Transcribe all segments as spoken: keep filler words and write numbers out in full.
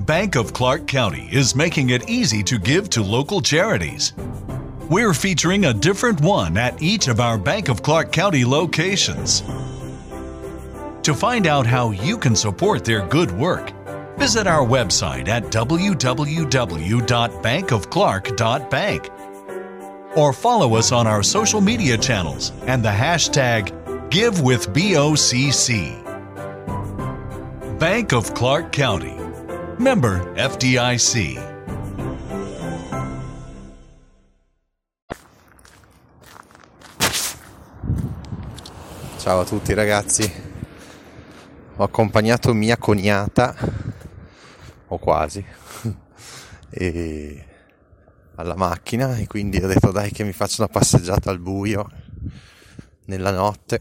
Bank of Clark County is making it easy to give to local charities. We're featuring a different one at each of our Bank of Clark County locations. To find out how you can support their good work, visit our website at w w w dot bank of clark dot bank or follow us on our social media channels and the hashtag GiveWithBOCC. Bank of Clark County. Member F D I C. Ciao a tutti ragazzi, ho accompagnato mia cognata, o quasi, e alla macchina, e quindi ho detto dai che mi faccio una passeggiata al buio, nella notte,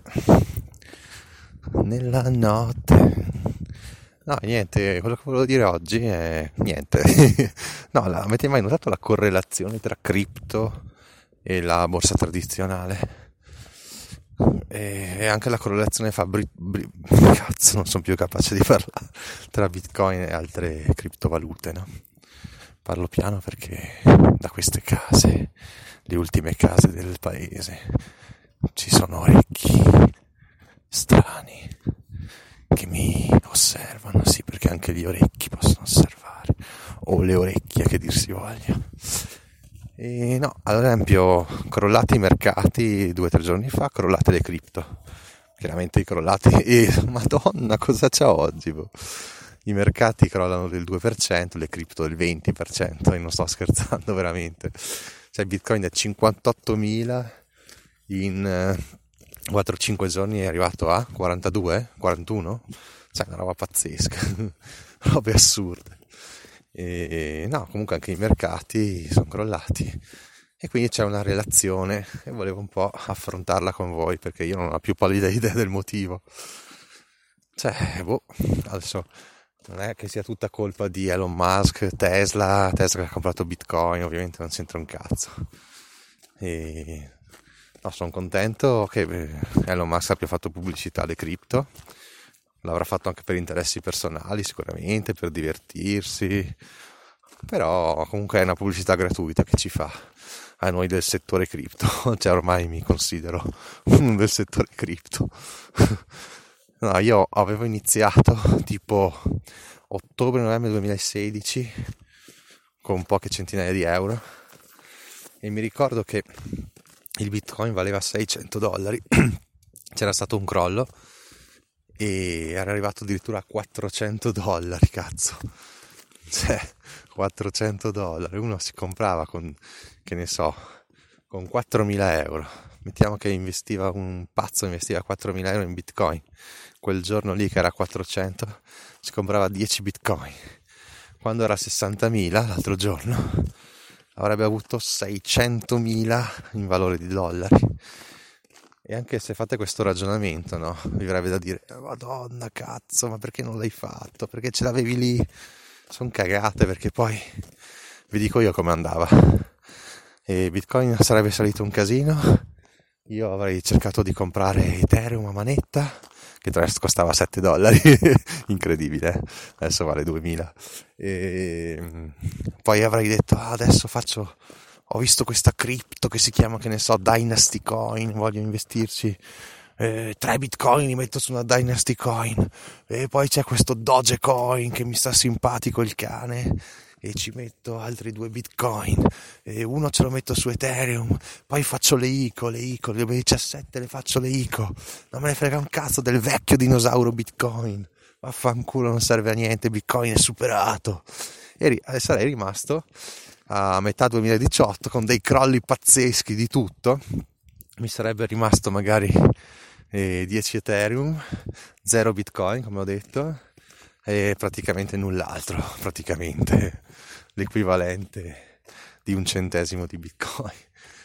nella notte. No, niente, quello che volevo dire oggi è niente. No, la, avete mai notato la correlazione tra cripto e la borsa tradizionale? E anche la correlazione fa bri, bri, cazzo, non sono più capace di parlare, tra Bitcoin e altre criptovalute, no? Parlo piano perché da queste case, le ultime case del paese, ci sono orecchi strani che mi osservano, sì, perché anche gli orecchi possono osservare, o le orecchie che dir si voglia. E no, ad esempio, crollati i mercati due o tre giorni fa, crollate le cripto, chiaramente i crollati, e madonna cosa c'è oggi, boh. I mercati crollano del due per cento, le cripto del venti per cento, e non sto scherzando veramente, cioè Bitcoin è cinquantottomila, in quattro cinque giorni è arrivato a quarantadue, quarantuno, cioè una roba pazzesca, robe assurde. E no, comunque anche i mercati sono crollati e quindi c'è una relazione e volevo un po' affrontarla con voi perché io non ho più pallida idea del motivo. Cioè, boh, adesso non è che sia tutta colpa di Elon Musk, Tesla, Tesla che ha comprato Bitcoin, ovviamente non c'entra un cazzo. E no, sono contento che Elon Musk abbia fatto pubblicità alle cripto. L'avrà fatto anche per interessi personali sicuramente, per divertirsi, però comunque è una pubblicità gratuita che ci fa a noi del settore cripto, cioè ormai mi considero uno del settore cripto. No, io avevo iniziato tipo ottobre-novembre duemilasedici con poche centinaia di euro e mi ricordo che il Bitcoin valeva seicento dollari, c'era stato un crollo e era arrivato addirittura a quattrocento dollari, cazzo, cioè quattrocento dollari, uno si comprava con, che ne so, con quattromila euro, mettiamo che investiva un pazzo, investiva quattromila euro in Bitcoin, quel giorno lì che era quattrocento, si comprava dieci Bitcoin, quando era sessantamila l'altro giorno avrebbe avuto seicentomila in valore di dollari. E anche se fate questo ragionamento, no, vi verrebbe da dire madonna cazzo, ma perché non l'hai fatto, perché ce l'avevi lì? Sono cagate, perché poi vi dico io come andava, e Bitcoin sarebbe salito un casino, io avrei cercato di comprare Ethereum a manetta, che tra l'altro costava sette dollari, incredibile, eh? Adesso vale duemila, e poi avrei detto ah, adesso faccio, ho visto questa cripto che si chiama, che ne so, Dynasty Coin, voglio investirci, eh, tre Bitcoin li metto su una Dynasty Coin, e poi c'è questo Dogecoin che mi sta simpatico il cane, e ci metto altri due Bitcoin, e uno ce lo metto su Ethereum, poi faccio le I C O, le I C O, le duemiladiciassette le faccio le I C O, non me ne frega un cazzo del vecchio dinosauro Bitcoin, vaffanculo, non serve a niente, Bitcoin è superato, e ri- sarei rimasto a metà duemiladiciotto con dei crolli pazzeschi di tutto, mi sarebbe rimasto magari eh, dieci Ethereum, zero Bitcoin come ho detto, e praticamente null'altro, praticamente l'equivalente di un centesimo di Bitcoin,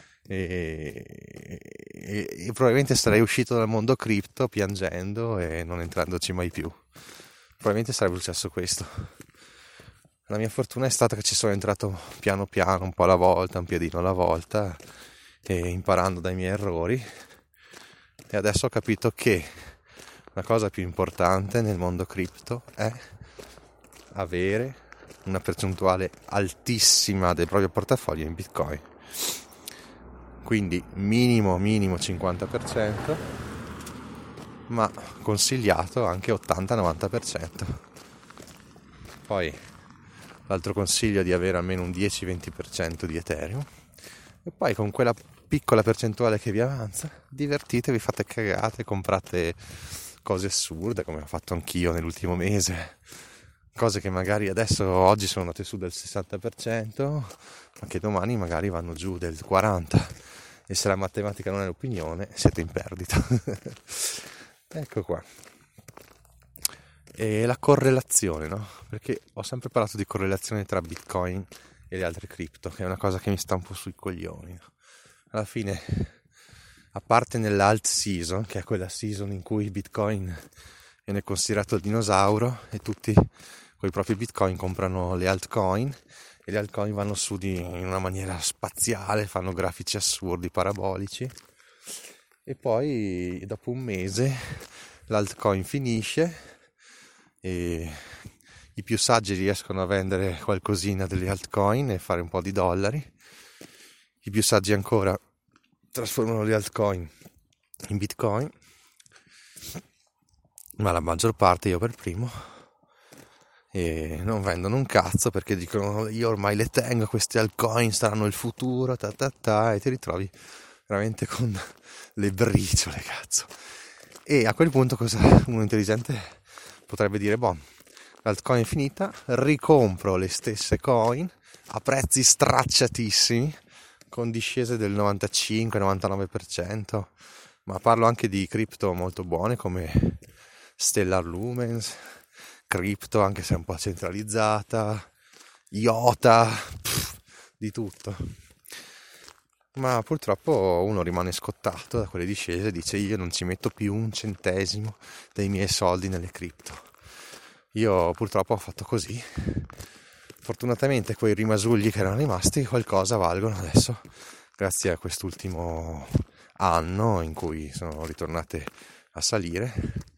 e, e, e probabilmente sarei uscito dal mondo cripto piangendo e non entrandoci mai più, probabilmente sarebbe successo questo. La mia fortuna è stata che ci sono entrato piano piano, un po' alla volta, un piedino alla volta, e imparando dai miei errori, e adesso ho capito che la cosa più importante nel mondo cripto è avere una percentuale altissima del proprio portafoglio in Bitcoin, quindi minimo minimo cinquanta per cento, ma consigliato anche ottanta novanta per cento. Poi l'altro consiglio è di avere almeno un dieci venti per cento di Ethereum, e poi con quella piccola percentuale che vi avanza divertitevi, fate cagate, comprate cose assurde come ho fatto anch'io nell'ultimo mese, cose che magari adesso oggi sono andate su del sessanta per cento ma che domani magari vanno giù del quaranta per cento, e se la matematica non è l'opinione siete in perdita. Ecco qua. E la correlazione, no? Perché ho sempre parlato di correlazione tra Bitcoin e le altre cripto, che è una cosa che mi sta un po' sui coglioni, no? Alla fine, a parte nell'alt season, che è quella season in cui Bitcoin viene considerato il dinosauro e tutti con i propri Bitcoin comprano le altcoin, e le altcoin vanno su di, in una maniera spaziale, fanno grafici assurdi, parabolici, e poi dopo un mese l'altcoin finisce e i più saggi riescono a vendere qualcosina delle altcoin e fare un po' di dollari. I più saggi ancora trasformano le altcoin in Bitcoin, ma la maggior parte, io per primo, e non vendono un cazzo perché dicono io ormai le tengo, queste altcoin saranno il futuro, ta ta ta, e ti ritrovi veramente con le briciole, cazzo. E a quel punto cosa uno intelligente potrebbe dire? Boh, l'altcoin è finita, ricompro le stesse coin a prezzi stracciatissimi, con discese del novantacinque novantanove per cento, ma parlo anche di cripto molto buone come Stellar Lumens, cripto anche se è un po' centralizzata, Iota, pff, di tutto. Ma purtroppo uno rimane scottato da quelle discese e dice io non ci metto più un centesimo dei miei soldi nelle cripto. Io purtroppo ho fatto così. Fortunatamente quei rimasugli che erano rimasti qualcosa valgono adesso, grazie a quest'ultimo anno in cui sono ritornate a salire,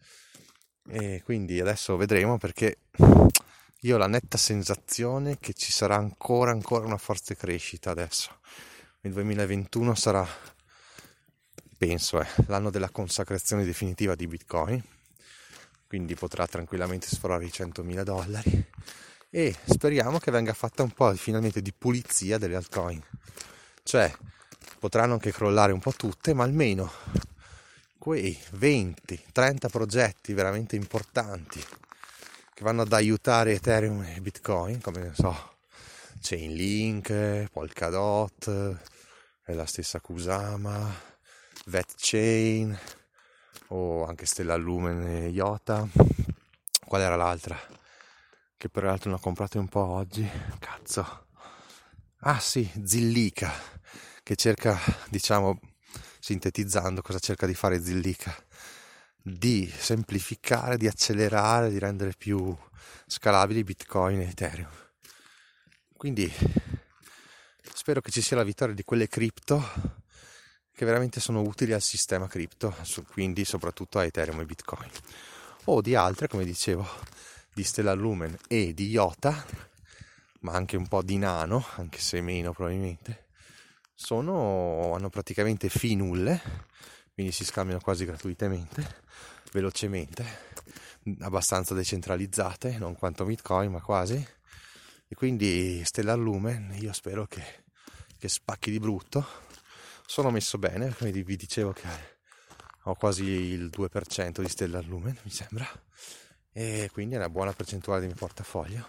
e quindi adesso vedremo, perché io ho la netta sensazione che ci sarà ancora ancora una forte crescita adesso. Il duemilaventuno sarà, penso, eh, l'anno della consacrazione definitiva di Bitcoin, quindi potrà tranquillamente sforare i centomila dollari, e speriamo che venga fatta un po' finalmente di pulizia delle altcoin, cioè potranno anche crollare un po' tutte, ma almeno quei venti trenta progetti veramente importanti che vanno ad aiutare Ethereum e Bitcoin, come ne so, Chainlink, Polkadot, la stessa Kusama, VetChain, o anche Stellar Lumen e Iota. Qual era l'altra? Che peraltro ne ho comprate un po' oggi, cazzo. Ah sì, Zilliqa, che cerca, diciamo, sintetizzando, cosa cerca di fare Zilliqa? Di semplificare, di accelerare, di rendere più scalabili Bitcoin e Ethereum. Quindi spero che ci sia la vittoria di quelle cripto che veramente sono utili al sistema cripto, quindi soprattutto a Ethereum e Bitcoin, o di altre, come dicevo, di Stellar Lumen e di Iota, ma anche un po' di Nano, anche se meno probabilmente, sono, hanno praticamente fee nulle, quindi si scambiano quasi gratuitamente, velocemente, abbastanza decentralizzate, non quanto Bitcoin ma quasi, e quindi Stellar Lumen io spero che, che spacchi di brutto. Sono messo bene, come vi dicevo che ho quasi il due per cento di Stellar Lumen, mi sembra, e quindi è una buona percentuale del mio portafoglio,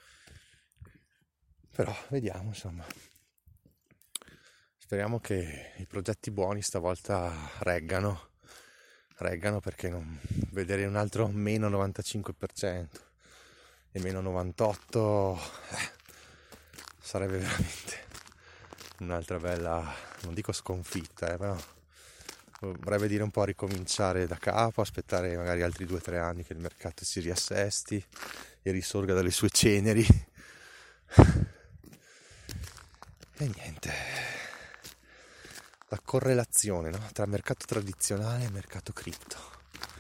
però vediamo, insomma, speriamo che i progetti buoni stavolta reggano reggano perché non vedere un altro meno novantacinque per cento e meno novantotto eh, sarebbe veramente un'altra bella, non dico sconfitta, eh, però vorrebbe dire un po' ricominciare da capo, aspettare magari altri due o tre anni che il mercato si riassesti e risorga dalle sue ceneri. E niente, la correlazione, no? Tra mercato tradizionale e mercato cripto,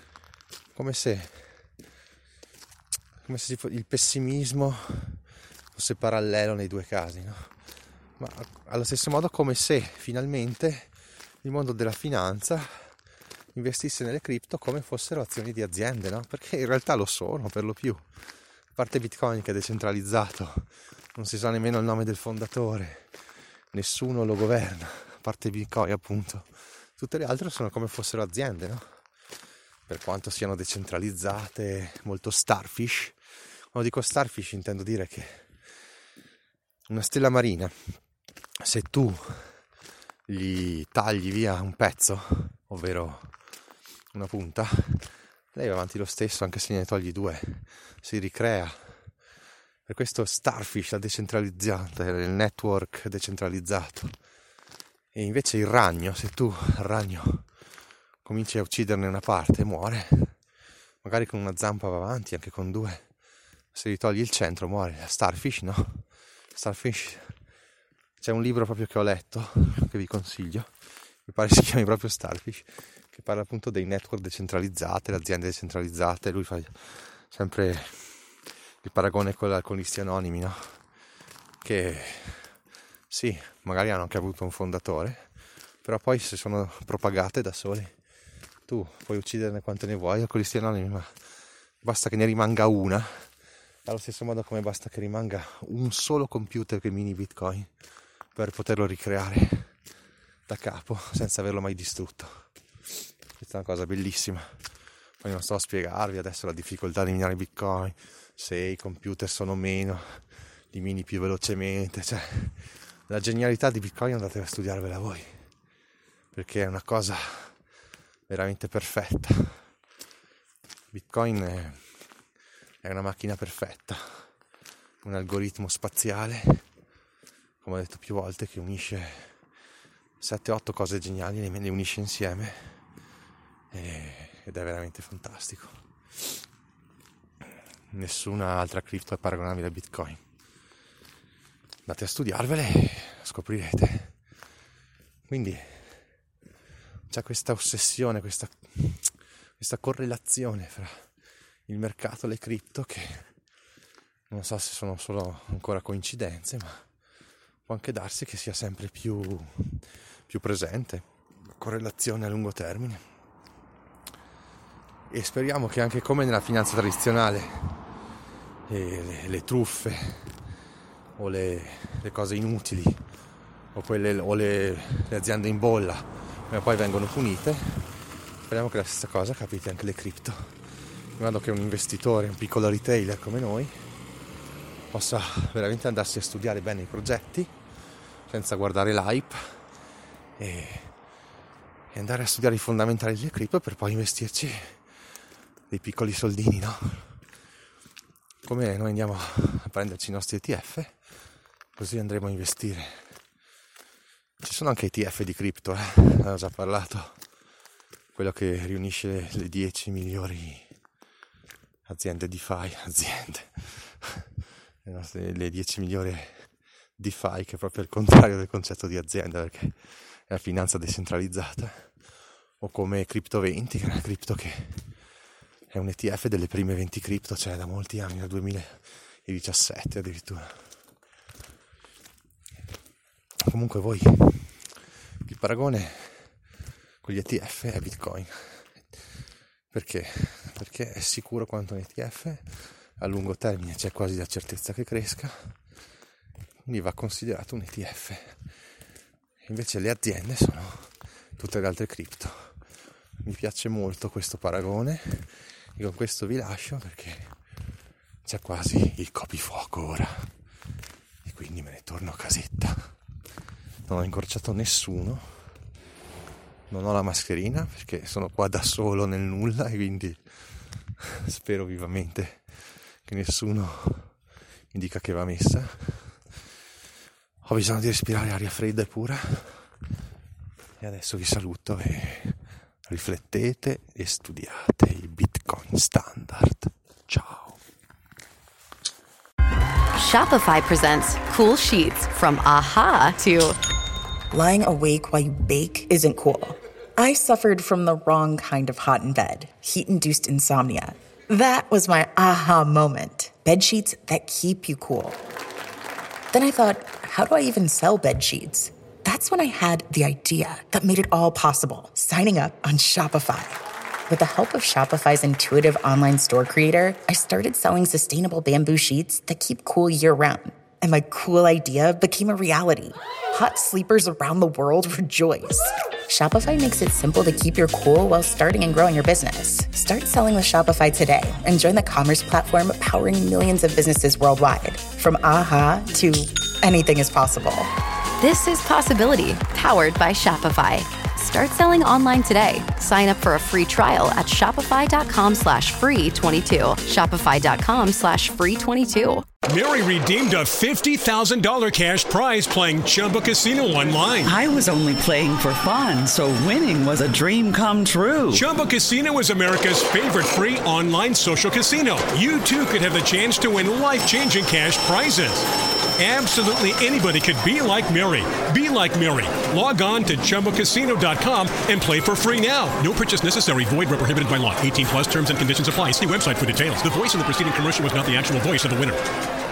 come se come se il pessimismo fosse parallelo nei due casi, no? Ma allo stesso modo come se finalmente il mondo della finanza investisse nelle cripto come fossero azioni di aziende, no? Perché in realtà lo sono per lo più. A parte Bitcoin che è decentralizzato, non si sa nemmeno il nome del fondatore, nessuno lo governa, a parte Bitcoin appunto. Tutte le altre sono come fossero aziende, no? Per quanto siano decentralizzate, molto starfish. Quando dico starfish intendo dire che una stella marina, se tu gli tagli via un pezzo, ovvero una punta, lei va avanti lo stesso anche se ne togli due, si ricrea. Per questo starfish la decentralizzata, il network decentralizzato. E invece il ragno, se tu il ragno cominci a ucciderne una parte, muore, magari con una zampa va avanti, anche con due, se gli togli il centro muore. La starfish no, starfish, c'è un libro proprio che ho letto, che vi consiglio, mi pare si chiami proprio Starfish, che parla appunto dei network decentralizzati, le aziende decentralizzate. Lui fa sempre il paragone con gli alcolisti anonimi, no? Che sì, magari hanno anche avuto un fondatore, però poi se sono propagate da soli, tu puoi ucciderne quante ne vuoi, alcolisti anonimi, ma basta che ne rimanga una, allo stesso modo come basta che rimanga un solo computer che mini Bitcoin per poterlo ricreare da capo senza averlo mai distrutto. Questa è una cosa bellissima. Poi non sto a spiegarvi adesso la difficoltà di minare Bitcoin, se i computer sono meno, li mini più velocemente, cioè la genialità di Bitcoin andate a studiarvela voi, perché è una cosa veramente perfetta. Bitcoin è, è una macchina perfetta, un algoritmo spaziale, come ho detto più volte, che unisce sette otto cose geniali, le, le unisce insieme e, ed è veramente fantastico. Nessuna altra cripto è paragonabile a Bitcoin. Andate a studiarvele e scoprirete. Quindi c'è questa ossessione, questa, questa correlazione fra il mercato e le cripto che non so se sono solo ancora coincidenze, ma può anche darsi che sia sempre più, più presente, correlazione a lungo termine. E speriamo che anche come nella finanza tradizionale le, le, le truffe o le, le cose inutili o, quelle, o le, le aziende in bolla ma poi vengono punite, speriamo che la stessa cosa capiti anche le cripto, in modo che un investitore, un piccolo retailer come noi possa veramente andarsi a studiare bene i progetti senza guardare l'hype e, e andare a studiare i fondamentali delle cripto per poi investirci dei piccoli soldini, no? Come noi andiamo a prenderci i nostri E T F, così andremo a investire. Ci sono anche E T F di cripto, eh? Ne ho già parlato, quello che riunisce le dieci migliori aziende DeFi, aziende, le dieci migliori DeFi, che è proprio il contrario del concetto di azienda, perché è la finanza decentralizzata, o come Crypto venti, che è una cripto che è un E T F delle prime venti cripto, cioè da molti anni, dal duemiladiciassette addirittura. Comunque voi, il paragone con gli E T F è Bitcoin. Perché? Perché è sicuro quanto un E T F, a lungo termine c'è quasi la certezza che cresca, quindi va considerato un E T F. Invece le aziende sono tutte le altre cripto. Mi piace molto questo paragone e con questo vi lascio perché c'è quasi il coprifuoco ora e quindi me ne torno a casetta. Non ho incrociato nessuno, non ho la mascherina perché sono qua da solo nel nulla e quindi spero vivamente che nessuno mi dica che va messa. Ho bisogno di respirare aria fredda e pura e adesso vi saluto e riflettete e studiate il Bitcoin standard. Ciao. Shopify presents cool sheets from aha to lying awake while you bake isn't cool. I suffered from the wrong kind of hot in bed, heat-induced insomnia. That was my aha moment. Bed sheets that keep you cool. Then I thought, how do I even sell bed sheets? That's when I had the idea that made it all possible, signing up on Shopify. With the help of Shopify's intuitive online store creator, I started selling sustainable bamboo sheets that keep cool year-round. And my cool idea became a reality. Hot sleepers around the world rejoice. Shopify makes it simple to keep your cool while starting and growing your business. Start selling with Shopify today and join the commerce platform powering millions of businesses worldwide. From aha to anything is possible. This is Possibility, powered by Shopify. Start selling online today. Sign up for a free trial at shopify.com slash free 22. Shopify.com slash free 22. Mary redeemed a fifty thousand dollars cash prize playing Chumba Casino online. I was only playing for fun, so winning was a dream come true. Chumba Casino is America's favorite free online social casino. You, too, could have the chance to win life-changing cash prizes. Absolutely anybody could be like Mary. Be like Mary. Log on to Chumba Casino dot com and play for free now. No purchase necessary. Void where prohibited by law. eighteen plus terms and conditions apply. See website for details. The voice in the preceding commercial was not the actual voice of the winner.